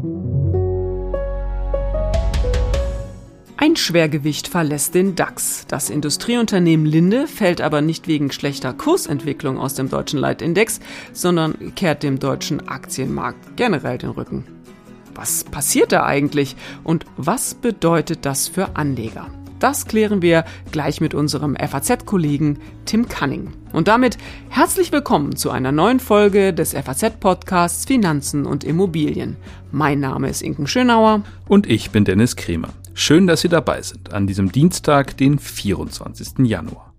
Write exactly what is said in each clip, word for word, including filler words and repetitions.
Ein Schwergewicht verlässt den DAX. Das Industrieunternehmen Linde fällt aber nicht wegen schlechter Kursentwicklung aus dem deutschen Leitindex, sondern kehrt dem deutschen Aktienmarkt generell den Rücken. Was passiert da eigentlich und was bedeutet das für Anleger? Das klären wir gleich mit unserem F A Z-Kollegen Tim Cunning. Und damit herzlich willkommen zu einer neuen Folge des F A Z-Podcasts Finanzen und Immobilien. Mein Name ist Inken Schönauer. Und ich bin Dennis Kremer. Schön, dass Sie dabei sind an diesem Dienstag, den vierundzwanzigsten Januar.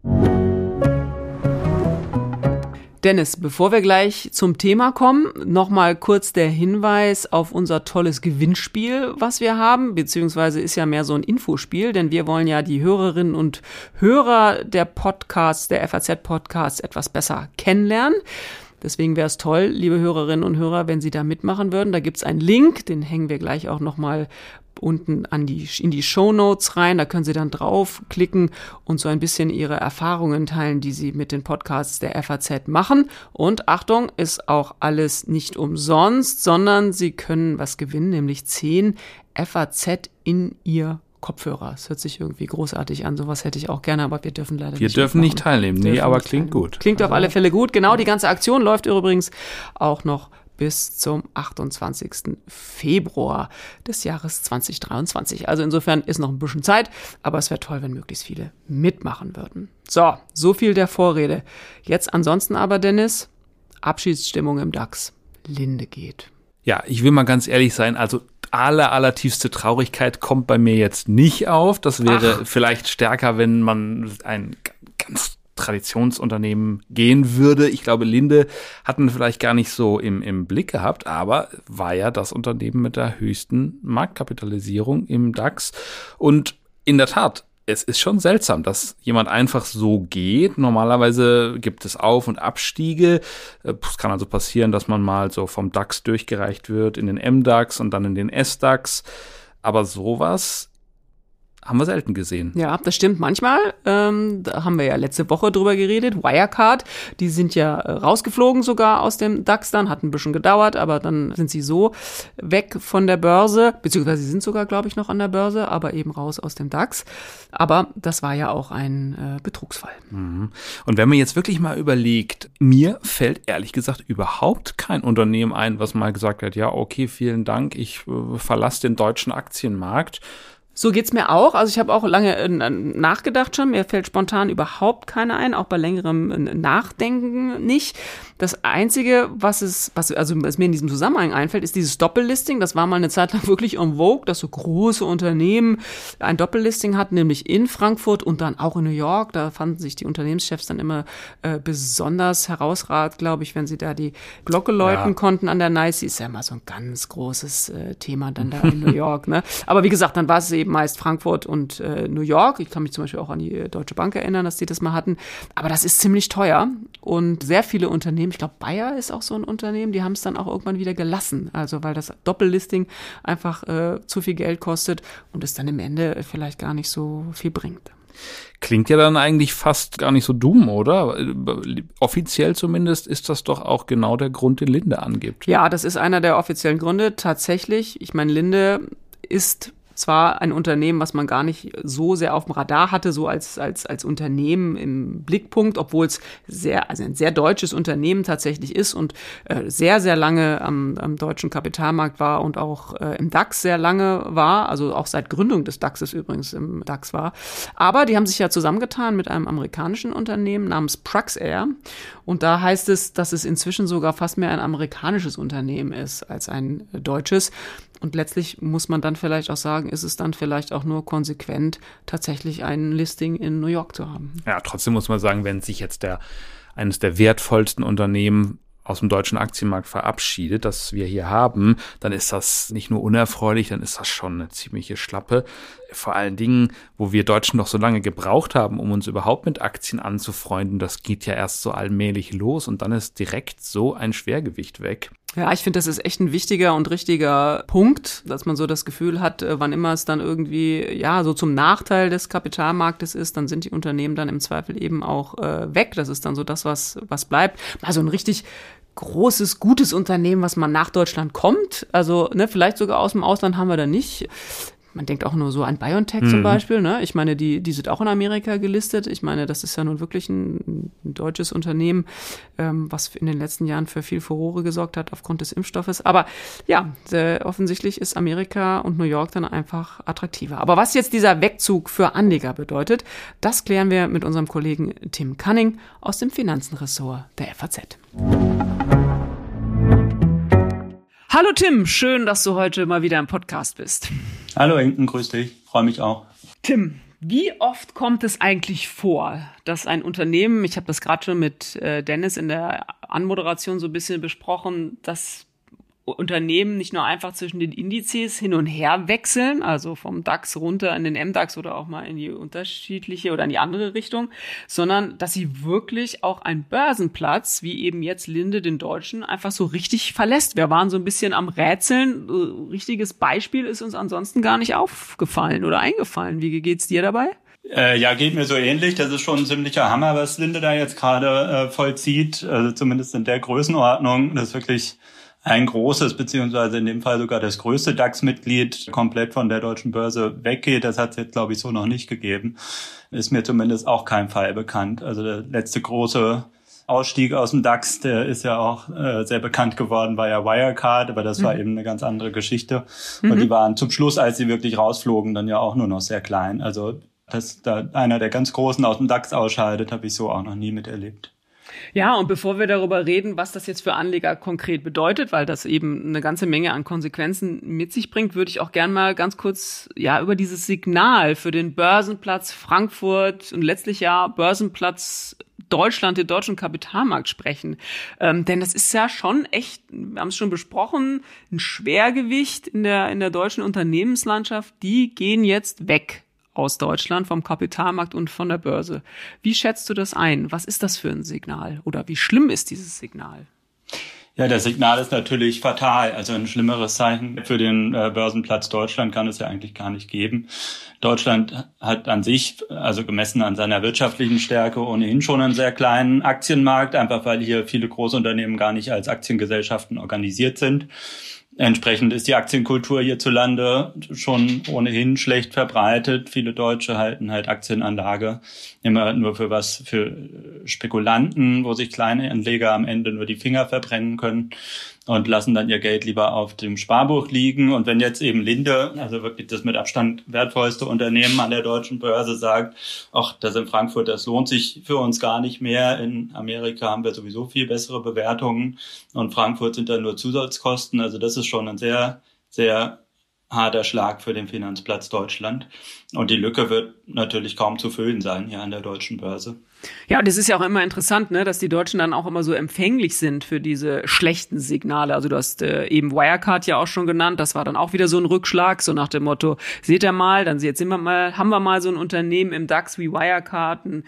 Dennis, bevor wir gleich zum Thema kommen, nochmal kurz der Hinweis auf unser tolles Gewinnspiel, was wir haben, beziehungsweise ist ja mehr so ein Infospiel, denn wir wollen ja die Hörerinnen und Hörer der Podcasts, der F A Z-Podcasts etwas besser kennenlernen. Deswegen wäre es toll, liebe Hörerinnen und Hörer, wenn Sie da mitmachen würden. Da gibt es einen Link, den hängen wir gleich auch nochmal unten an die, in die Shownotes rein. Da können Sie dann draufklicken und so ein bisschen Ihre Erfahrungen teilen, die Sie mit den Podcasts der F A Z machen. Und Achtung, ist auch alles nicht umsonst, sondern Sie können was gewinnen, nämlich zehn F A Z in Ihr Kopfhörer. Das hört sich irgendwie großartig an. Sowas hätte ich auch gerne, aber wir dürfen leider wir nicht Wir dürfen nicht teilnehmen. Nee, aber klingt teilnehmen. gut. Klingt also auf alle Fälle gut. Genau, die ganze Aktion läuft übrigens auch noch bis zum achtundzwanzigsten Februar des Jahres zwanzig dreiundzwanzig. Also insofern ist noch ein bisschen Zeit, aber es wäre toll, wenn möglichst viele mitmachen würden. So, so viel der Vorrede. Jetzt ansonsten aber, Dennis, Abschiedsstimmung im DAX. Linde geht. Ja, ich will mal ganz ehrlich sein, also aller, aller tiefste Traurigkeit kommt bei mir jetzt nicht auf. Das wäre Ach. vielleicht stärker, wenn man ein ganz Traditionsunternehmen gehen würde. Ich glaube, Linde hatten vielleicht gar nicht so im, im Blick gehabt, aber war ja das Unternehmen mit der höchsten Marktkapitalisierung im DAX. Und in der Tat, es ist schon seltsam, dass jemand einfach so geht. Normalerweise gibt es Auf- und Abstiege. Es kann also passieren, dass man mal so vom DAX durchgereicht wird in den M DAX und dann in den S DAX. Aber sowas haben wir selten gesehen. Ja, das stimmt manchmal. Ähm, da haben wir ja letzte Woche drüber geredet. Wirecard, die sind ja rausgeflogen sogar aus dem DAX dann. Hat ein bisschen gedauert, aber dann sind sie so weg von der Börse. Beziehungsweise sie sind sogar, glaube ich, noch an der Börse, aber eben raus aus dem DAX. Aber das war ja auch ein äh, Betrugsfall. Mhm. Und wenn man jetzt wirklich mal überlegt, mir fällt ehrlich gesagt überhaupt kein Unternehmen ein, was mal gesagt hat, ja, okay, vielen Dank, ich äh, verlasse den deutschen Aktienmarkt. So geht's mir auch. Also ich habe auch lange äh, nachgedacht schon. Mir fällt spontan überhaupt keiner ein, auch bei längerem äh, Nachdenken nicht. Das Einzige, was es, was also was mir in diesem Zusammenhang einfällt, ist dieses Doppellisting. Das war mal eine Zeit lang wirklich en vogue, dass so große Unternehmen ein Doppellisting hatten, nämlich in Frankfurt und dann auch in New York. Da fanden sich die Unternehmenschefs dann immer äh, besonders herausragend, glaube ich, wenn sie da die Glocke läuten ja. konnten an der N Y S E. Ist ja immer so ein ganz großes äh, Thema dann da in New York. Ne? Aber wie gesagt, dann war es eben meist Frankfurt und äh, New York. Ich kann mich zum Beispiel auch an die äh, Deutsche Bank erinnern, dass die das mal hatten. Aber das ist ziemlich teuer und sehr viele Unternehmen, ich glaube Bayer ist auch so ein Unternehmen, die haben es dann auch irgendwann wieder gelassen. Also weil das Doppellisting einfach äh, zu viel Geld kostet und es dann im Ende vielleicht gar nicht so viel bringt. Klingt ja dann eigentlich fast gar nicht so dumm, oder? Offiziell zumindest ist das doch auch genau der Grund, den Linde angibt. Ja, das ist einer der offiziellen Gründe. Tatsächlich, ich meine, Linde ist zwar ein Unternehmen, was man gar nicht so sehr auf dem Radar hatte, so als als als Unternehmen im Blickpunkt, obwohl es sehr also ein sehr deutsches Unternehmen tatsächlich ist und äh, sehr sehr lange am, am deutschen Kapitalmarkt war und auch äh, im DAX sehr lange war, also auch seit Gründung des DAXes übrigens im DAX war. Aber die haben sich ja zusammengetan mit einem amerikanischen Unternehmen namens Praxair und da heißt es, dass es inzwischen sogar fast mehr ein amerikanisches Unternehmen ist als ein deutsches. Und letztlich muss man dann vielleicht auch sagen, ist es dann vielleicht auch nur konsequent, tatsächlich ein Listing in New York zu haben. Ja, trotzdem muss man sagen, wenn sich jetzt der eines der wertvollsten Unternehmen aus dem deutschen Aktienmarkt verabschiedet, das wir hier haben, dann ist das nicht nur unerfreulich, dann ist das schon eine ziemliche Schlappe. Vor allen Dingen, wo wir Deutschen doch so lange gebraucht haben, um uns überhaupt mit Aktien anzufreunden, das geht ja erst so allmählich los und dann ist direkt so ein Schwergewicht weg. Ja, ich finde, das ist echt ein wichtiger und richtiger Punkt, dass man so das Gefühl hat, wann immer es dann irgendwie, ja, so zum Nachteil des Kapitalmarktes ist, dann sind die Unternehmen dann im Zweifel eben auch äh, weg. Das ist dann so das, was was bleibt. Also ein richtig großes, gutes Unternehmen, was mal nach Deutschland kommt. Also ne, vielleicht sogar aus dem Ausland haben wir da nicht. Man denkt auch nur so an BioNTech mhm. zum Beispiel. Ne? Ich meine, die, die sind auch in Amerika gelistet. Ich meine, das ist ja nun wirklich ein, ein deutsches Unternehmen, ähm, was in den letzten Jahren für viel Furore gesorgt hat aufgrund des Impfstoffes. Aber ja, sehr offensichtlich ist Amerika und New York dann einfach attraktiver. Aber was jetzt dieser Wegzug für Anleger bedeutet, das klären wir mit unserem Kollegen Tim Cunning aus dem Finanzenressort der F A Z. Hallo Tim, schön, dass du heute mal wieder im Podcast bist. Hallo Inken, grüß dich, freue mich auch. Tim, wie oft kommt es eigentlich vor, dass ein Unternehmen, ich habe das gerade schon mit äh, Dennis in der Anmoderation so ein bisschen besprochen, dass Unternehmen nicht nur einfach zwischen den Indizes hin und her wechseln, also vom DAX runter in den M DAX oder auch mal in die unterschiedliche oder in die andere Richtung, sondern dass sie wirklich auch einen Börsenplatz, wie eben jetzt Linde den Deutschen, einfach so richtig verlässt. Wir waren so ein bisschen am Rätseln. Richtiges Beispiel ist uns ansonsten gar nicht aufgefallen oder eingefallen. Wie geht's dir dabei? Äh, ja, geht mir so ähnlich. Das ist schon ein ziemlicher Hammer, was Linde da jetzt gerade äh, vollzieht. Also zumindest in der Größenordnung. Das ist wirklich ein großes, beziehungsweise in dem Fall sogar das größte DAX-Mitglied komplett von der deutschen Börse weggeht. Das hat es jetzt, glaube ich, so noch nicht gegeben. Ist mir zumindest auch kein Fall bekannt. Also der letzte große Ausstieg aus dem DAX, der ist ja auch äh, sehr bekannt geworden, war ja Wirecard, aber das mhm. war eben eine ganz andere Geschichte. Mhm. Und die waren zum Schluss, als sie wirklich rausflogen, dann ja auch nur noch sehr klein. Also dass da einer der ganz Großen aus dem DAX ausscheidet, habe ich so auch noch nie miterlebt. Ja, und bevor wir darüber reden, was das jetzt für Anleger konkret bedeutet, weil das eben eine ganze Menge an Konsequenzen mit sich bringt, würde ich auch gern mal ganz kurz ja über dieses Signal für den Börsenplatz Frankfurt und letztlich ja Börsenplatz Deutschland, den deutschen Kapitalmarkt sprechen. Ähm, denn das ist ja schon echt, wir haben es schon besprochen, ein Schwergewicht in der, in der deutschen Unternehmenslandschaft. Die gehen jetzt weg aus Deutschland, vom Kapitalmarkt und von der Börse. Wie schätzt du das ein? Was ist das für ein Signal? Oder wie schlimm ist dieses Signal? Ja, das Signal ist natürlich fatal. Also ein schlimmeres Zeichen für den äh, Börsenplatz Deutschland kann es ja eigentlich gar nicht geben. Deutschland hat an sich, also gemessen an seiner wirtschaftlichen Stärke, ohnehin schon einen sehr kleinen Aktienmarkt, einfach weil hier viele Großunternehmen gar nicht als Aktiengesellschaften organisiert sind. Entsprechend ist die Aktienkultur hierzulande schon ohnehin schlecht verbreitet. Viele Deutsche halten halt Aktienanlage immer nur für was für Spekulanten, wo sich kleine Anleger am Ende nur die Finger verbrennen können und lassen dann ihr Geld lieber auf dem Sparbuch liegen. Und wenn jetzt eben Linde, also wirklich das mit Abstand wertvollste Unternehmen an der deutschen Börse, sagt, ach, das in Frankfurt, das lohnt sich für uns gar nicht mehr. In Amerika haben wir sowieso viel bessere Bewertungen und Frankfurt sind dann nur Zusatzkosten. Also das ist schon ein sehr, sehr harter Schlag für den Finanzplatz Deutschland. Und die Lücke wird natürlich kaum zu füllen sein hier an der deutschen Börse. Ja, das ist ja auch immer interessant, ne, dass die Deutschen dann auch immer so empfänglich sind für diese schlechten Signale. Also du hast äh, eben Wirecard ja auch schon genannt. Das war dann auch wieder so ein Rückschlag, so nach dem Motto, seht ihr mal, dann jetzt sind wir mal, haben wir mal so ein Unternehmen im DAX wie Wirecard, ein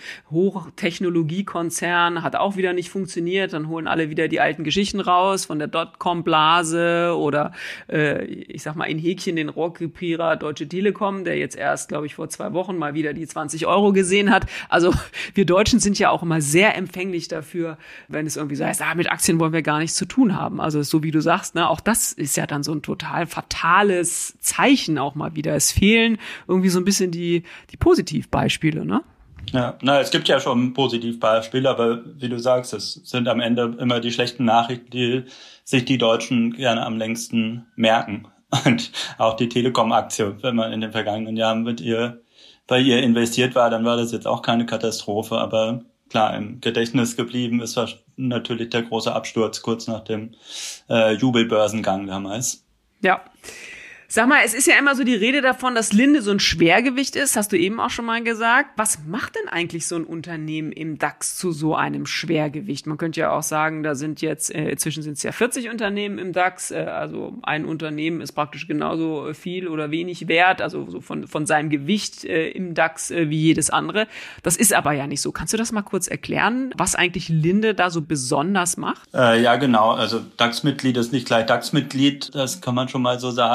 Hochtechnologiekonzern, hat auch wieder nicht funktioniert. Dann holen alle wieder die alten Geschichten raus von der Dotcom-Blase oder äh, ich sag mal in Häkchen den Rohrkrepierer Deutsche Telekom, der jetzt erst, glaube ich, vor zwei Wochen mal wieder die zwanzig Euro gesehen hat. Also wir Deutschen sind ja auch immer sehr empfänglich dafür, wenn es irgendwie so heißt, ah, mit Aktien wollen wir gar nichts zu tun haben. Also so wie du sagst, ne, auch das ist ja dann so ein total fatales Zeichen auch mal wieder. Es fehlen irgendwie so ein bisschen die, die Positivbeispiele, ne? Ja, na, es gibt ja schon Positivbeispiele, aber wie du sagst, es sind am Ende immer die schlechten Nachrichten, die sich die Deutschen gerne am längsten merken. Und auch die Telekom-Aktie, wenn man in den vergangenen Jahren mit ihr bei ihr investiert war, dann war das jetzt auch keine Katastrophe, aber klar, im Gedächtnis geblieben ist natürlich der große Absturz kurz nach dem äh, Jubelbörsengang damals. Ja. Sag mal, es ist ja immer so die Rede davon, dass Linde so ein Schwergewicht ist, hast du eben auch schon mal gesagt. Was macht denn eigentlich so ein Unternehmen im DAX zu so einem Schwergewicht? Man könnte ja auch sagen, da sind jetzt, äh, inzwischen sind es ja vierzig Unternehmen im DAX, äh, also ein Unternehmen ist praktisch genauso viel oder wenig wert, also so von, von seinem Gewicht äh, im DAX äh, wie jedes andere. Das ist aber ja nicht so. Kannst du das mal kurz erklären, was eigentlich Linde da so besonders macht? Äh, ja, genau. Also DAX-Mitglied ist nicht gleich DAX-Mitglied, das kann man schon mal so sagen, weil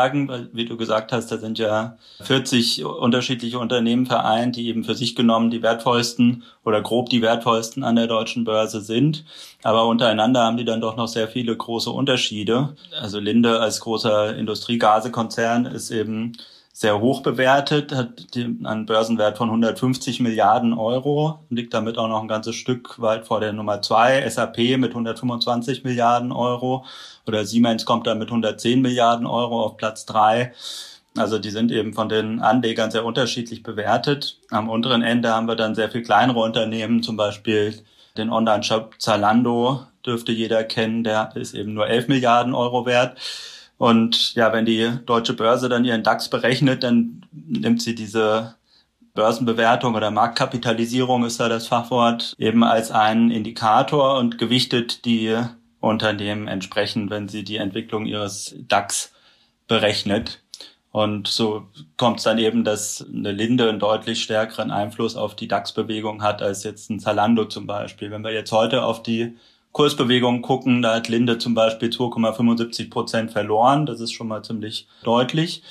wie du gesagt hast, da sind ja vierzig unterschiedliche Unternehmen vereint, die eben für sich genommen die wertvollsten oder grob die wertvollsten an der deutschen Börse sind. Aber untereinander haben die dann doch noch sehr viele große Unterschiede. Also Linde als großer Industriegasekonzern ist eben sehr hoch bewertet, hat einen Börsenwert von hundertfünfzig Milliarden Euro, liegt damit auch noch ein ganzes Stück weit vor der Nummer zwei, S A P mit hundertfünfundzwanzig Milliarden Euro oder Siemens kommt da mit hundertzehn Milliarden Euro auf Platz drei. Also die sind eben von den Anlegern sehr unterschiedlich bewertet. Am unteren Ende haben wir dann sehr viel kleinere Unternehmen, zum Beispiel den Online-Shop Zalando, dürfte jeder kennen, der ist eben nur elf Milliarden Euro wert. Und ja, wenn die deutsche Börse dann ihren DAX berechnet, dann nimmt sie diese Börsenbewertung oder Marktkapitalisierung ist da das Fachwort, eben als einen Indikator und gewichtet die Unternehmen entsprechend, wenn sie die Entwicklung ihres DAX berechnet. Und so kommt es dann eben, dass eine Linde einen deutlich stärkeren Einfluss auf die DAX-Bewegung hat als jetzt ein Zalando zum Beispiel. Wenn wir jetzt heute auf die Kursbewegungen gucken, da hat Linde zum Beispiel zwei Komma fünfundsiebzig Prozent verloren, das ist schon mal ziemlich deutlich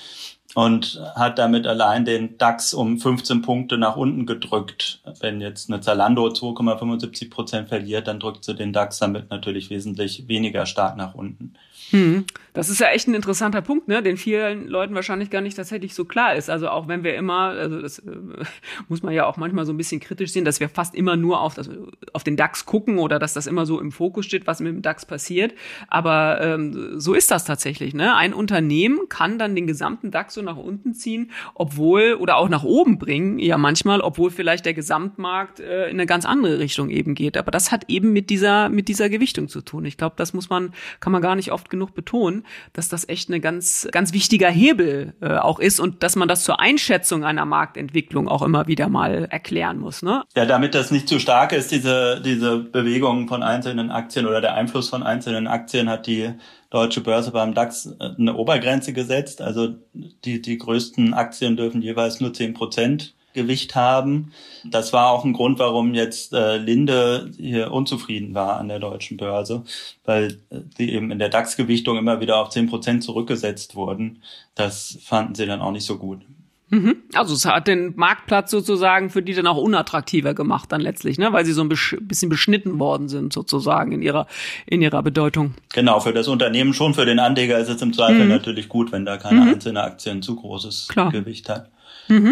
und hat damit allein den DAX um fünfzehn Punkte nach unten gedrückt. Wenn jetzt eine Zalando zwei Komma fünfundsiebzig Prozent verliert, dann drückt sie den DAX damit natürlich wesentlich weniger stark nach unten. Hm. Das ist ja echt ein interessanter Punkt, ne, den vielen Leuten wahrscheinlich gar nicht tatsächlich so klar ist. Also auch wenn wir immer, also das äh, muss man ja auch manchmal so ein bisschen kritisch sehen, dass wir fast immer nur auf das, auf den DAX gucken oder dass das immer so im Fokus steht, was mit dem DAX passiert. Aber ähm, so ist das tatsächlich, ne? Ein Unternehmen kann dann den gesamten DAX so nach unten ziehen, obwohl oder auch nach oben bringen, ja manchmal, obwohl vielleicht der Gesamtmarkt äh, in eine ganz andere Richtung eben geht. Aber das hat eben mit dieser mit dieser Gewichtung zu tun. Ich glaube, das muss man kann man gar nicht oft genug betonen, dass das echt eine ganz ganz wichtiger Hebel äh, auch ist und dass man das zur Einschätzung einer Marktentwicklung auch immer wieder mal erklären muss, ne? Ja, damit das nicht zu stark ist, diese diese Bewegung von einzelnen Aktien oder der Einfluss von einzelnen Aktien, hat die Deutsche Börse beim DAX eine Obergrenze gesetzt. Also die die größten Aktien dürfen jeweils nur zehn Prozent Gewicht haben. Das war auch ein Grund, warum jetzt äh, Linde hier unzufrieden war an der deutschen Börse, weil äh, sie eben in der DAX-Gewichtung immer wieder auf zehn Prozent zurückgesetzt wurden. Das fanden sie dann auch nicht so gut. Mhm. Also es hat den Marktplatz sozusagen für die dann auch unattraktiver gemacht dann letztlich, ne, weil sie so ein bisschen beschnitten worden sind sozusagen in ihrer in ihrer Bedeutung. Genau, für das Unternehmen schon, für den Anleger ist es im Zweifel mhm. natürlich gut, wenn da keine mhm. einzelne Aktie ein zu großes Klar. Gewicht hat. Mhm.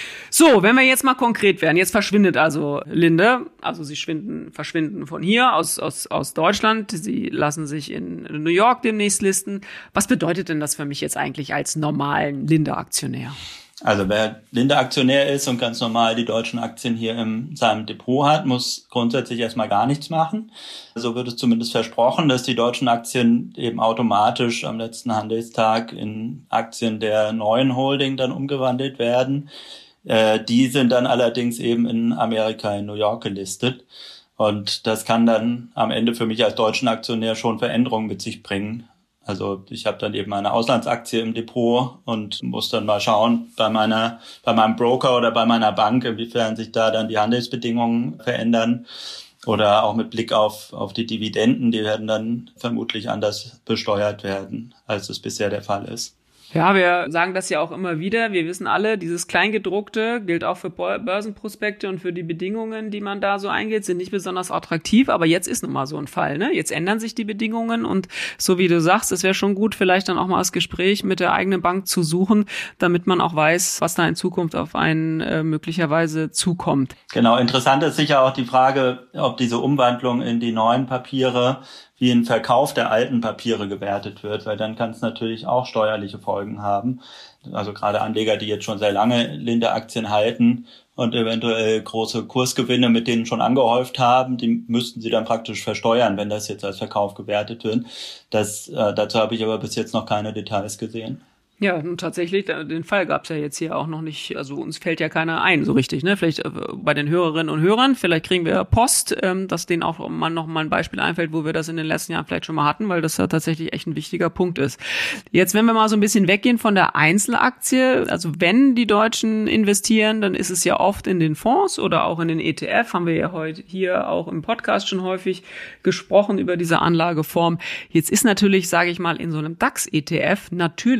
So, wenn wir jetzt mal konkret werden, jetzt verschwindet also Linde, also sie schwinden, verschwinden von hier aus, aus, aus Deutschland, sie lassen sich in New York demnächst listen. Was bedeutet denn das für mich jetzt eigentlich als normalen Linde-Aktionär? Also wer Linde-Aktionär ist und ganz normal die deutschen Aktien hier in seinem Depot hat, muss grundsätzlich erstmal gar nichts machen. So wird es zumindest versprochen, dass die deutschen Aktien eben automatisch am letzten Handelstag in Aktien der neuen Holding dann umgewandelt werden. Äh, die sind dann allerdings eben in Amerika, in New York gelistet. Und das kann dann am Ende für mich als deutschen Aktionär schon Veränderungen mit sich bringen. Also ich habe dann eben eine Auslandsaktie im Depot und muss dann mal schauen bei meiner, bei meinem Broker oder bei meiner Bank, inwiefern sich da dann die Handelsbedingungen verändern. Oder auch mit Blick auf, auf die Dividenden, die werden dann vermutlich anders besteuert werden, als es bisher der Fall ist. Ja, wir sagen das ja auch immer wieder. Wir wissen alle, dieses Kleingedruckte gilt auch für Börsenprospekte und für die Bedingungen, die man da so eingeht, sind nicht besonders attraktiv. Aber jetzt ist nun mal so ein Fall, ne? Jetzt ändern sich die Bedingungen und so wie du sagst, es wäre schon gut, vielleicht dann auch mal das Gespräch mit der eigenen Bank zu suchen, damit man auch weiß, was da in Zukunft auf einen äh, möglicherweise zukommt. Genau, interessant ist sicher auch die Frage, ob diese Umwandlung in die neuen Papiere wie ein Verkauf der alten Papiere gewertet wird, weil dann kann es natürlich auch steuerliche Folgen haben. Also gerade Anleger, die jetzt schon sehr lange Linde-Aktien halten und eventuell große Kursgewinne mit denen schon angehäuft haben, die müssten sie dann praktisch versteuern, wenn das jetzt als Verkauf gewertet wird. Das, äh, dazu habe ich aber bis jetzt noch keine Details gesehen. Ja, und tatsächlich, den Fall gab's ja jetzt hier auch noch nicht, also uns fällt ja keiner ein, so richtig, ne? Vielleicht bei den Hörerinnen und Hörern, vielleicht kriegen wir Post, ähm, dass denen auch mal noch mal ein Beispiel einfällt, wo wir das in den letzten Jahren vielleicht schon mal hatten, weil das ja tatsächlich echt ein wichtiger Punkt ist. Jetzt, wenn wir mal so ein bisschen weggehen von der Einzelaktie, also wenn die Deutschen investieren, dann ist es ja oft in den Fonds oder auch in den E T F, haben wir ja heute hier auch im Podcast schon häufig gesprochen über diese Anlageform. Jetzt ist natürlich, sage ich mal, in so einem DAX-E T F natürlich auch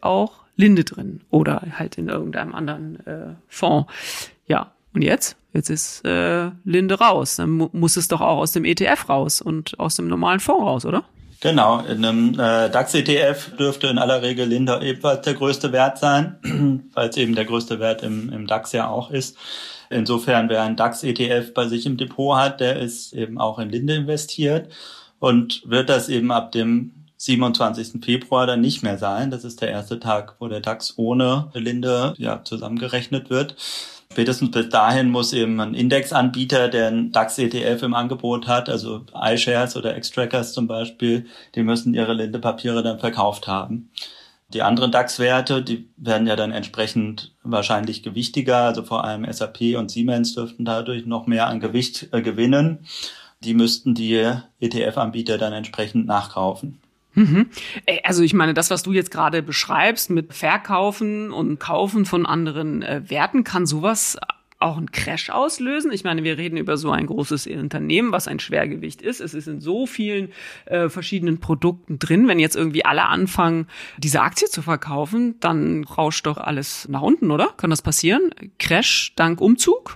auch Linde drin oder halt in irgendeinem anderen äh, Fonds. Ja, und jetzt? Jetzt ist äh, Linde raus. Dann mu- muss es doch auch aus dem E T F raus und aus dem normalen Fonds raus, oder? Genau, in einem äh, DAX-E T F dürfte in aller Regel Linde ebenfalls der größte Wert sein, weil es eben der größte Wert im, im DAX ja auch ist. Insofern, wer einen DAX-E T F bei sich im Depot hat, der ist eben auch in Linde investiert und wird das eben ab dem siebenundzwanzigsten Februar dann nicht mehr sein. Das ist der erste Tag, wo der DAX ohne Linde ja zusammengerechnet wird. Spätestens bis dahin muss eben ein Indexanbieter, der einen DAX-E T F im Angebot hat, also iShares oder Xtrackers zum Beispiel, die müssen ihre Linde-Papiere dann verkauft haben. Die anderen DAX-Werte, die werden ja dann entsprechend wahrscheinlich gewichtiger, also vor allem S and P und Siemens dürften dadurch noch mehr an Gewicht äh, gewinnen. Die müssten die E T F-Anbieter dann entsprechend nachkaufen. Mhm. Also ich meine, das, was du jetzt gerade beschreibst mit Verkaufen und Kaufen von anderen äh, Werten, kann sowas auch einen Crash auslösen? Ich meine, wir reden über so ein großes Unternehmen, was ein Schwergewicht ist. Es ist in so vielen äh, verschiedenen Produkten drin. Wenn jetzt irgendwie alle anfangen, diese Aktie zu verkaufen, dann rauscht doch alles nach unten, oder? Kann das passieren? Crash dank Umzug?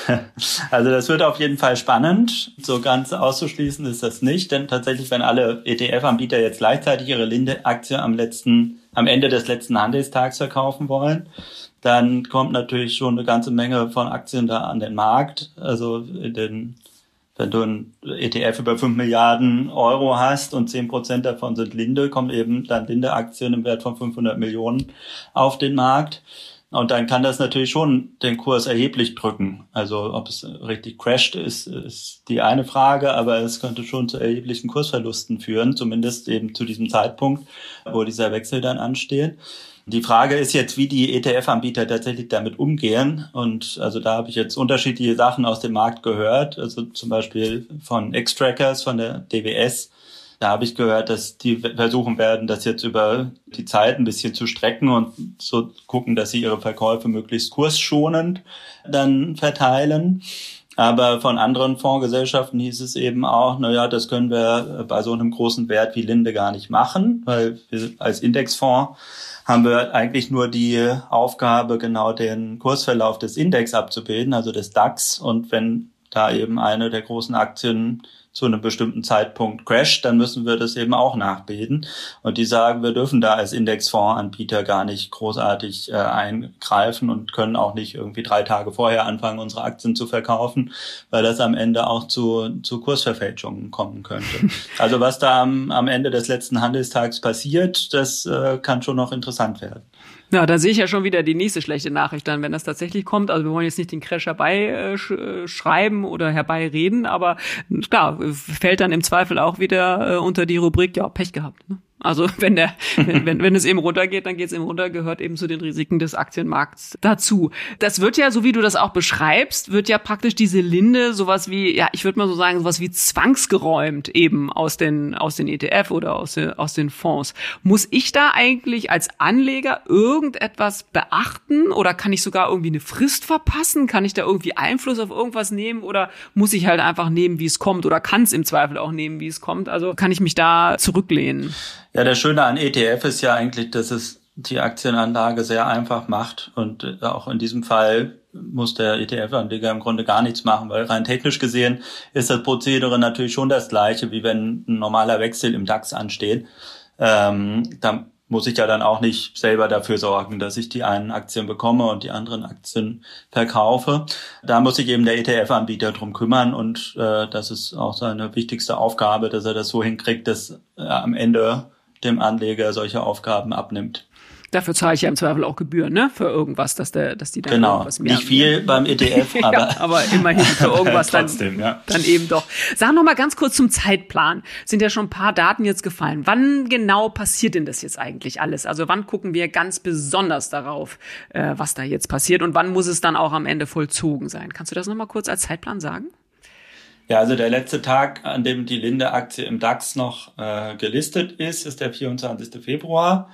Also das wird auf jeden Fall spannend. So ganz auszuschließen ist das nicht, denn tatsächlich, wenn alle E T F-Anbieter jetzt gleichzeitig ihre Linde-Aktie am letzten, am Ende des letzten Handelstags verkaufen wollen, dann kommt natürlich schon eine ganze Menge von Aktien da an den Markt. Also in den, wenn du ein E T F über fünf Milliarden Euro hast und zehn Prozent davon sind Linde, kommen eben dann Linde-Aktien im Wert von fünfhundert Millionen auf den Markt. Und dann kann das natürlich schon den Kurs erheblich drücken. Also ob es richtig crasht, ist, ist die eine Frage, aber es könnte schon zu erheblichen Kursverlusten führen, zumindest eben zu diesem Zeitpunkt, wo dieser Wechsel dann ansteht. Die Frage ist jetzt, wie die E T F-Anbieter tatsächlich damit umgehen. Und also da habe ich jetzt unterschiedliche Sachen aus dem Markt gehört. Also zum Beispiel von Xtrackers, von der D W S. Da habe ich gehört, dass die versuchen werden, das jetzt über die Zeit ein bisschen zu strecken und so gucken, dass sie ihre Verkäufe möglichst kursschonend dann verteilen. Aber von anderen Fondsgesellschaften hieß es eben auch, na ja, das können wir bei so einem großen Wert wie Linde gar nicht machen, weil wir als Indexfonds haben wir eigentlich nur die Aufgabe, genau den Kursverlauf des Index abzubilden, also des DAX. Und wenn da eben eine der großen Aktien zu einem bestimmten Zeitpunkt crasht, dann müssen wir das eben auch nachbilden. Und die sagen, wir dürfen da als Indexfondsanbieter gar nicht großartig äh, eingreifen und können auch nicht irgendwie drei Tage vorher anfangen, unsere Aktien zu verkaufen, weil das am Ende auch zu, zu Kursverfälschungen kommen könnte. Also was da am, am Ende des letzten Handelstags passiert, das äh, kann schon noch interessant werden. Ja, da sehe ich ja schon wieder die nächste schlechte Nachricht dann, wenn das tatsächlich kommt. Also wir wollen jetzt nicht den Crash herbeischreiben äh, oder herbeireden, aber klar, fällt dann im Zweifel auch wieder äh, unter die Rubrik, ja, Pech gehabt, ne? Also wenn der, wenn, wenn, wenn es eben runtergeht, dann geht es eben runter, gehört eben zu den Risiken des Aktienmarkts dazu. Das wird ja, so wie du das auch beschreibst, wird ja praktisch diese Linde sowas wie, ja, ich würde mal so sagen, sowas wie zwangsgeräumt eben aus den, aus den E T F oder aus, aus den Fonds. Muss ich da eigentlich als Anleger irgendetwas beachten oder kann ich sogar irgendwie eine Frist verpassen? Kann ich da irgendwie Einfluss auf irgendwas nehmen oder muss ich halt einfach nehmen, wie es kommt oder kann es im Zweifel auch nehmen, wie es kommt? Also kann ich mich da zurücklehnen? Ja, das Schöne an E T F ist ja eigentlich, dass es die Aktienanlage sehr einfach macht und auch in diesem Fall muss der E T F-Anleger im Grunde gar nichts machen, weil rein technisch gesehen ist das Prozedere natürlich schon das gleiche, wie wenn ein normaler Wechsel im DAX ansteht. Ähm, da muss ich ja dann auch nicht selber dafür sorgen, dass ich die einen Aktien bekomme und die anderen Aktien verkaufe. Da muss sich eben der E T F-Anbieter drum kümmern und äh, das ist auch seine wichtigste Aufgabe, dass er das so hinkriegt, dass äh, am Ende dem Anleger solche Aufgaben abnimmt. Dafür zahle ich ja im Zweifel auch Gebühren, ne? Für irgendwas, dass der, dass die dann genau. irgendwas mehr. Nicht viel beim E T F, aber ja, aber immerhin für irgendwas trotzdem, dann, ja. dann eben doch. Sag noch mal ganz kurz zum Zeitplan. Sind ja schon ein paar Daten jetzt gefallen. Wann genau passiert denn das jetzt eigentlich alles? Also wann gucken wir ganz besonders darauf, äh, was da jetzt passiert und wann muss es dann auch am Ende vollzogen sein? Kannst du das noch mal kurz als Zeitplan sagen? Ja, also der letzte Tag, an dem die Linde-Aktie im DAX noch äh, gelistet ist, ist der vierundzwanzigsten Februar.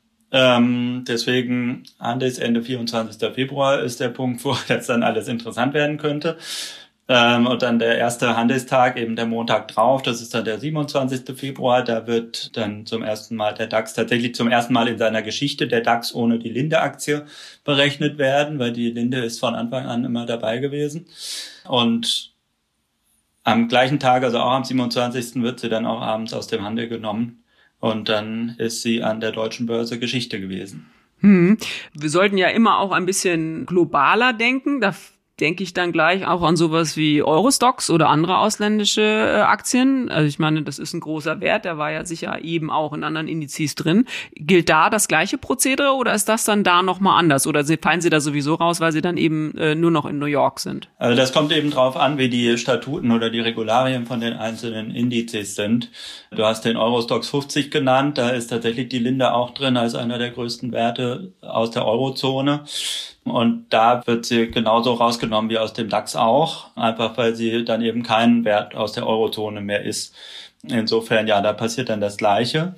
Ähm, deswegen Handelsende vierundzwanzigsten Februar ist der Punkt, wo jetzt dann alles interessant werden könnte. Ähm, und dann der erste Handelstag, eben der Montag drauf, das ist dann der siebenundzwanzigsten Februar. Da wird dann zum ersten Mal der DAX, tatsächlich zum ersten Mal in seiner Geschichte, der DAX ohne die Linde-Aktie berechnet werden, weil die Linde ist von Anfang an immer dabei gewesen. Und am gleichen Tag, also auch am siebenundzwanzigsten wird sie dann auch abends aus dem Handel genommen. Und dann ist sie an der deutschen Börse Geschichte gewesen. Hm. Wir sollten ja immer auch ein bisschen globaler denken. Da denke ich dann gleich auch an sowas wie Eurostoxx oder andere ausländische äh, Aktien. Also ich meine, das ist ein großer Wert, der war ja sicher eben auch in anderen Indizes drin. Gilt da das gleiche Prozedere oder ist das dann da nochmal anders? Oder fallen Sie da sowieso raus, weil Sie dann eben äh, nur noch in New York sind? Also das kommt eben drauf an, wie die Statuten oder die Regularien von den einzelnen Indizes sind. Du hast den Eurostoxx fünfzig genannt, da ist tatsächlich die Linde auch drin als einer der größten Werte aus der Eurozone. Und da wird sie genauso rausgenommen wie aus dem DAX auch, einfach weil sie dann eben kein Wert aus der Eurozone mehr ist. Insofern, ja, da passiert dann das Gleiche.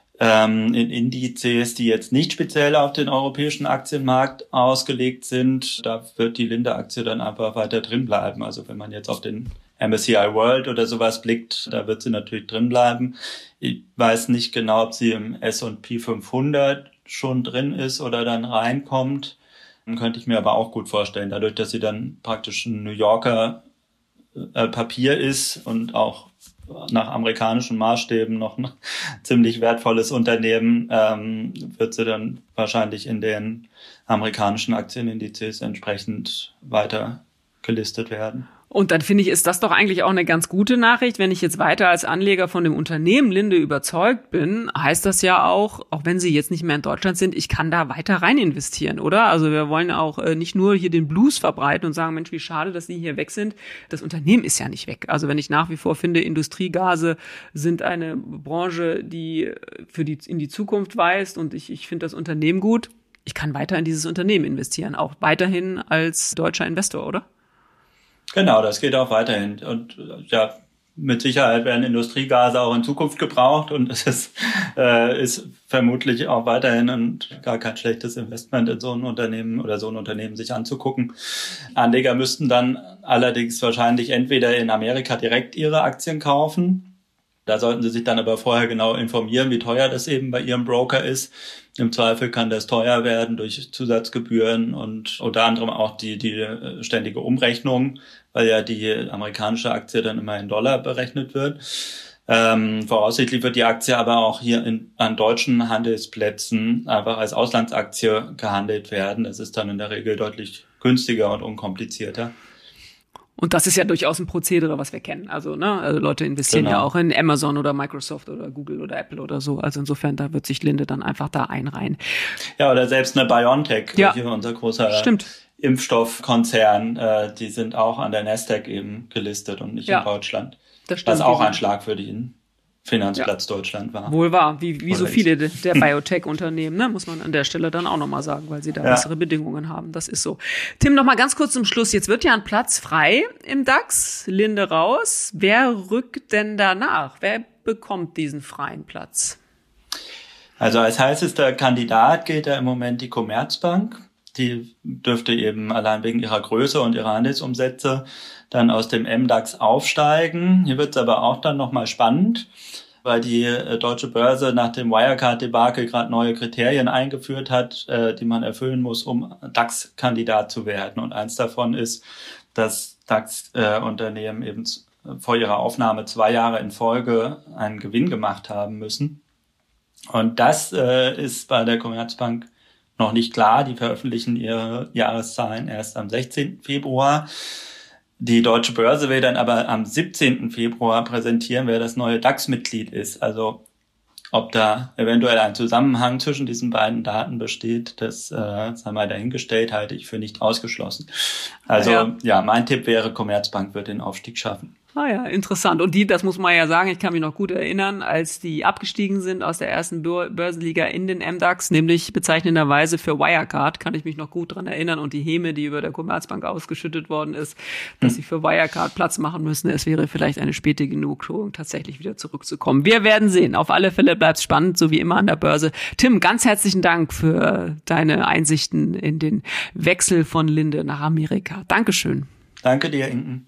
Ähm, in Indizes, die jetzt nicht speziell auf den europäischen Aktienmarkt ausgelegt sind, da wird die Linde-Aktie dann einfach weiter drin bleiben. Also wenn man jetzt auf den M S C I World oder sowas blickt, da wird sie natürlich drin bleiben. Ich weiß nicht genau, ob sie im S und P fünfhundert schon drin ist oder dann reinkommt. Könnte ich mir aber auch gut vorstellen, dadurch, dass sie dann praktisch ein New Yorker äh, Papier ist und auch nach amerikanischen Maßstäben noch ein ziemlich wertvolles Unternehmen, ähm, wird sie dann wahrscheinlich in den amerikanischen Aktienindizes entsprechend weiter gelistet werden. Und dann finde ich, ist das doch eigentlich auch eine ganz gute Nachricht. Wenn ich jetzt weiter als Anleger von dem Unternehmen Linde überzeugt bin, heißt das ja auch, auch wenn Sie jetzt nicht mehr in Deutschland sind, ich kann da weiter rein investieren, oder? Also wir wollen auch äh, nicht nur hier den Blues verbreiten und sagen, Mensch, wie schade, dass Sie hier weg sind. Das Unternehmen ist ja nicht weg. Also wenn ich nach wie vor finde, Industriegase sind eine Branche, die für die in die Zukunft weist und ich, ich finde das Unternehmen gut, ich kann weiter in dieses Unternehmen investieren, auch weiterhin als deutscher Investor, oder? Genau, das geht auch weiterhin. Und ja, mit Sicherheit werden Industriegase auch in Zukunft gebraucht und es ist, äh, ist vermutlich auch weiterhin ein, gar kein schlechtes Investment in so ein Unternehmen oder so ein Unternehmen sich anzugucken. Anleger müssten dann allerdings wahrscheinlich entweder in Amerika direkt ihre Aktien kaufen. Da sollten Sie sich dann aber vorher genau informieren, wie teuer das eben bei Ihrem Broker ist. Im Zweifel kann das teuer werden durch Zusatzgebühren und unter anderem auch die, die ständige Umrechnung, weil ja die amerikanische Aktie dann immer in Dollar berechnet wird. Ähm, voraussichtlich wird die Aktie aber auch hier in, an deutschen Handelsplätzen einfach als Auslandsaktie gehandelt werden. Das ist dann in der Regel deutlich günstiger und unkomplizierter. Und das ist ja durchaus ein Prozedere, was wir kennen. Also, ne, also Leute investieren genau. ja auch in Amazon oder Microsoft oder Google oder Apple oder so. Also insofern, da wird sich Linde dann einfach da einreihen. Ja, oder selbst eine BioNTech, ja. Hier unser großer Stimmt. Impfstoffkonzern, äh, die sind auch an der Nasdaq eben gelistet und nicht ja. in Deutschland. Das stimmt. Was auch ein Schlag für den Finanzplatz ja. Deutschland war. Wohl wahr, wie, wie so viele der Biotech-Unternehmen, ne, muss man an der Stelle dann auch nochmal sagen, weil sie da ja. bessere Bedingungen haben. Das ist so. Tim, nochmal ganz kurz zum Schluss. Jetzt wird ja ein Platz frei im DAX, Linde raus. Wer rückt denn danach? Wer bekommt diesen freien Platz? Also als heißester Kandidat gilt da im Moment die Commerzbank. Die dürfte eben allein wegen ihrer Größe und ihrer Handelsumsätze dann aus dem M DAX aufsteigen. Hier wird es aber auch dann nochmal spannend, weil die äh, Deutsche Börse nach dem Wirecard-Debakel gerade neue Kriterien eingeführt hat, äh, die man erfüllen muss, um DAX-Kandidat zu werden. Und eins davon ist, dass DAX-Unternehmen äh, eben vor ihrer Aufnahme zwei Jahre in Folge einen Gewinn gemacht haben müssen. Und das äh, ist bei der Commerzbank noch nicht klar. Die veröffentlichen ihre Jahreszahlen erst am sechzehnten Februar. Die Deutsche Börse will dann aber am siebzehnten Februar präsentieren, wer das neue DAX-Mitglied ist. Also ob da eventuell ein Zusammenhang zwischen diesen beiden Daten besteht, das äh, sei mal dahingestellt, halte ich für nicht ausgeschlossen. Also ja, ja mein Tipp wäre, Commerzbank wird den Aufstieg schaffen. Ah ja, interessant. Und die, das muss man ja sagen, ich kann mich noch gut erinnern, als die abgestiegen sind aus der ersten Börsenliga in den M DAX, nämlich bezeichnenderweise für Wirecard, kann ich mich noch gut dran erinnern. Und die Häme, die über der Commerzbank ausgeschüttet worden ist, dass hm. sie für Wirecard Platz machen müssen. Es wäre vielleicht eine späte Genugtuung, tatsächlich wieder zurückzukommen. Wir werden sehen. Auf alle Fälle bleibt es spannend, so wie immer an der Börse. Tim, ganz herzlichen Dank für deine Einsichten in den Wechsel von Linde nach Amerika. Dankeschön. Danke dir, Inken.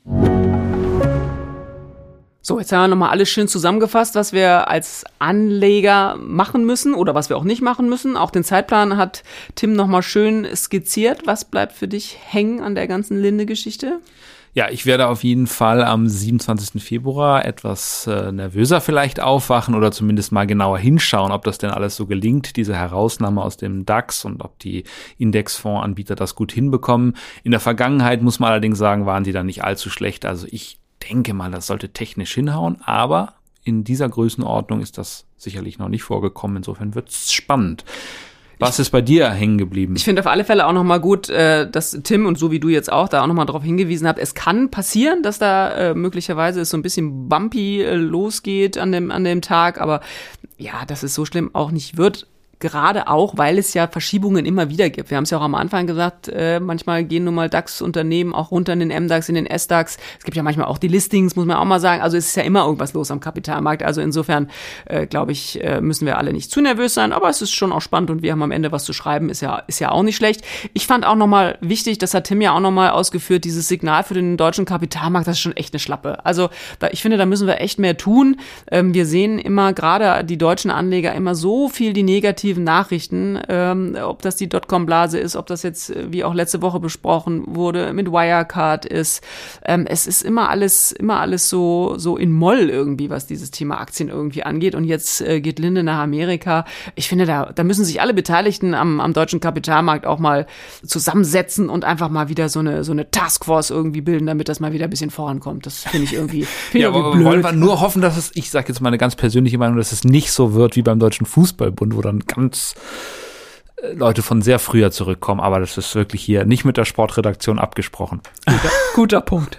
So, jetzt haben wir nochmal alles schön zusammengefasst, was wir als Anleger machen müssen oder was wir auch nicht machen müssen. Auch den Zeitplan hat Tim nochmal schön skizziert. Was bleibt für dich hängen an der ganzen Linde-Geschichte? Ja, ich werde auf jeden Fall am siebenundzwanzigsten Februar etwas äh, nervöser vielleicht aufwachen oder zumindest mal genauer hinschauen, ob das denn alles so gelingt, diese Herausnahme aus dem DAX und ob die Indexfondsanbieter das gut hinbekommen. In der Vergangenheit, muss man allerdings sagen, waren die dann nicht allzu schlecht. Also ich denke mal, das sollte technisch hinhauen, aber in dieser Größenordnung ist das sicherlich noch nicht vorgekommen. Insofern wird's spannend. Was ist bei dir hängen geblieben? Ich finde auf alle Fälle auch nochmal gut, äh, dass Tim und so wie du jetzt auch da auch nochmal drauf hingewiesen habt, es kann passieren, dass da äh, möglicherweise es so ein bisschen bumpy äh, losgeht an dem, an dem Tag, aber ja, dass es so schlimm auch nicht wird. Gerade auch, weil es ja Verschiebungen immer wieder gibt. Wir haben es ja auch am Anfang gesagt, äh, manchmal gehen nun mal DAX-Unternehmen auch runter in den M DAX, in den S DAX. Es gibt ja manchmal auch die Listings, muss man auch mal sagen. Also es ist ja immer irgendwas los am Kapitalmarkt. Also insofern, äh, glaube ich, äh, müssen wir alle nicht zu nervös sein. Aber es ist schon auch spannend und wir haben am Ende was zu schreiben. Ist ja, ist ja auch nicht schlecht. Ich fand auch nochmal wichtig, das hat Tim ja auch nochmal ausgeführt, dieses Signal für den deutschen Kapitalmarkt, das ist schon echt eine Schlappe. Also da, ich finde, da müssen wir echt mehr tun. Ähm, wir sehen immer, gerade die deutschen Anleger, immer so viel die negativen Nachrichten, ähm, ob das die Dotcom-Blase ist, ob das jetzt, wie auch letzte Woche besprochen wurde, mit Wirecard ist. Ähm, es ist immer alles, immer alles so, so in Moll irgendwie, was dieses Thema Aktien irgendwie angeht. Und jetzt äh, geht Linde nach Amerika. Ich finde, da, da müssen sich alle Beteiligten am, am deutschen Kapitalmarkt auch mal zusammensetzen und einfach mal wieder so eine, so eine Taskforce irgendwie bilden, damit das mal wieder ein bisschen vorankommt. Das finde ich irgendwie, find ja, irgendwie aber blöd. Wollen wir nur hoffen, dass es, ich sage jetzt mal eine ganz persönliche Meinung, dass es nicht so wird wie beim Deutschen Fußballbund, wo dann ganz Leute von sehr früher zurückkommen, aber das ist wirklich hier nicht mit der Sportredaktion abgesprochen. Guter, guter Punkt.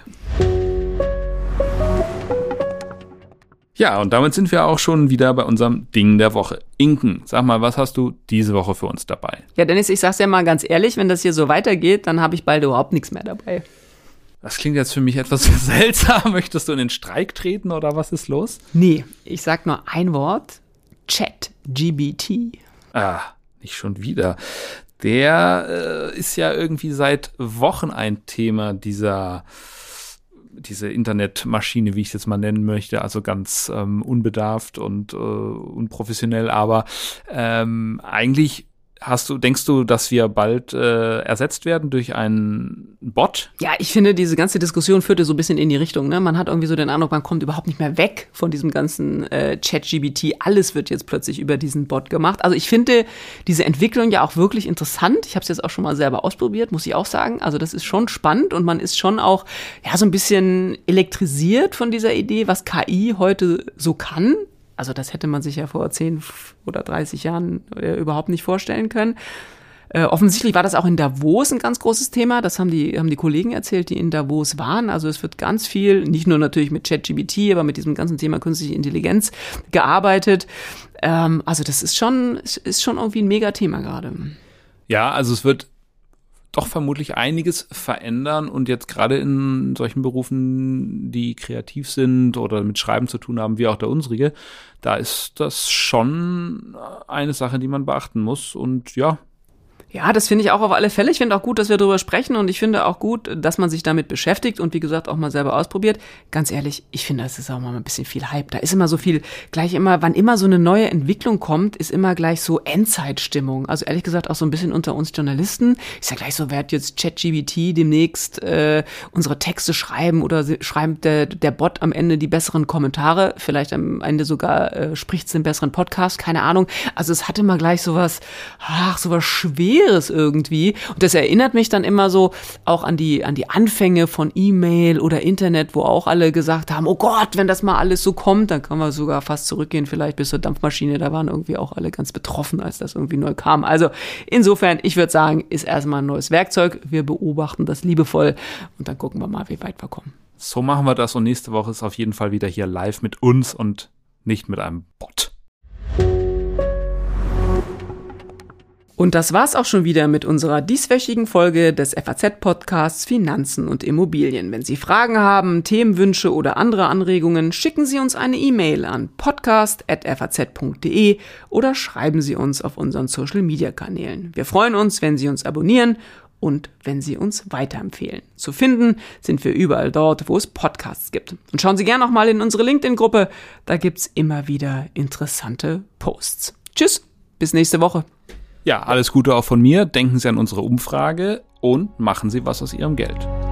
Ja, und damit sind wir auch schon wieder bei unserem Ding der Woche. Inken, sag mal, was hast du diese Woche für uns dabei? Ja, Dennis, ich sag's ja mal ganz ehrlich, wenn das hier so weitergeht, dann habe ich bald überhaupt nichts mehr dabei. Das klingt jetzt für mich etwas seltsam. Möchtest du in den Streik treten oder was ist los? Nee, ich sag nur ein Wort. ChatGPT. Ah, nicht schon wieder. Der äh, ist ja irgendwie seit Wochen ein Thema dieser diese Internetmaschine, wie ich es jetzt mal nennen möchte, also ganz ähm, unbedarft und äh, unprofessionell, aber ähm, eigentlich Hast du, denkst du, dass wir bald äh, ersetzt werden durch einen Bot? Ja, ich finde, diese ganze Diskussion führte so ein bisschen in die Richtung, ne? Man hat irgendwie so den Eindruck, man kommt überhaupt nicht mehr weg von diesem ganzen äh, ChatGPT. Alles wird jetzt plötzlich über diesen Bot gemacht. Also ich finde diese Entwicklung ja auch wirklich interessant. Ich habe es jetzt auch schon mal selber ausprobiert, muss ich auch sagen. Also das ist schon spannend und man ist schon auch ja so ein bisschen elektrisiert von dieser Idee, was K I heute so kann. Also das hätte man sich ja vor zehn oder dreißig Jahren äh, überhaupt nicht vorstellen können. Äh, offensichtlich war das auch in Davos ein ganz großes Thema. Das haben die, haben die Kollegen erzählt, die in Davos waren. Also es wird ganz viel, nicht nur natürlich mit ChatGPT, aber mit diesem ganzen Thema künstliche Intelligenz gearbeitet. Ähm, also das ist schon, ist schon irgendwie ein Mega-Thema gerade. Ja, also es wird doch vermutlich einiges verändern und jetzt gerade in solchen Berufen, die kreativ sind oder mit Schreiben zu tun haben, wie auch der unsrige, da ist das schon eine Sache, die man beachten muss und ja. Ja, das finde ich auch auf alle Fälle. Ich finde auch gut, dass wir darüber sprechen und ich finde auch gut, dass man sich damit beschäftigt und wie gesagt auch mal selber ausprobiert. Ganz ehrlich, ich finde, das ist auch mal ein bisschen viel Hype. Da ist immer so viel, gleich immer, wann immer so eine neue Entwicklung kommt, ist immer gleich so Endzeitstimmung. Also ehrlich gesagt auch so ein bisschen unter uns Journalisten. Ist ja gleich so, wer hat jetzt ChatGPT demnächst äh, unsere Texte schreiben oder schreibt der, der Bot am Ende die besseren Kommentare, vielleicht am Ende sogar äh, spricht es den besseren Podcast, keine Ahnung. Also es hat immer gleich sowas, ach, sowas schwer irgendwie. Und das erinnert mich dann immer so auch an die, an die Anfänge von E-Mail oder Internet, wo auch alle gesagt haben, oh Gott, wenn das mal alles so kommt, dann können wir sogar fast zurückgehen, vielleicht bis zur Dampfmaschine. Da waren irgendwie auch alle ganz betroffen, als das irgendwie neu kam. Also insofern, ich würde sagen, ist erstmal ein neues Werkzeug. Wir beobachten das liebevoll und dann gucken wir mal, wie weit wir kommen. So machen wir das und nächste Woche ist auf jeden Fall wieder hier live mit uns und nicht mit einem Bot. Und das war's auch schon wieder mit unserer dieswöchigen Folge des F A Z-Podcasts Finanzen und Immobilien. Wenn Sie Fragen haben, Themenwünsche oder andere Anregungen, schicken Sie uns eine E-Mail an podcast at f a z punkt d e oder schreiben Sie uns auf unseren Social-Media-Kanälen. Wir freuen uns, wenn Sie uns abonnieren und wenn Sie uns weiterempfehlen. Zu finden sind wir überall dort, wo es Podcasts gibt. Und schauen Sie gerne noch mal in unsere LinkedIn-Gruppe, da gibt's immer wieder interessante Posts. Tschüss, bis nächste Woche. Ja, alles Gute auch von mir. Denken Sie an unsere Umfrage und machen Sie was aus Ihrem Geld.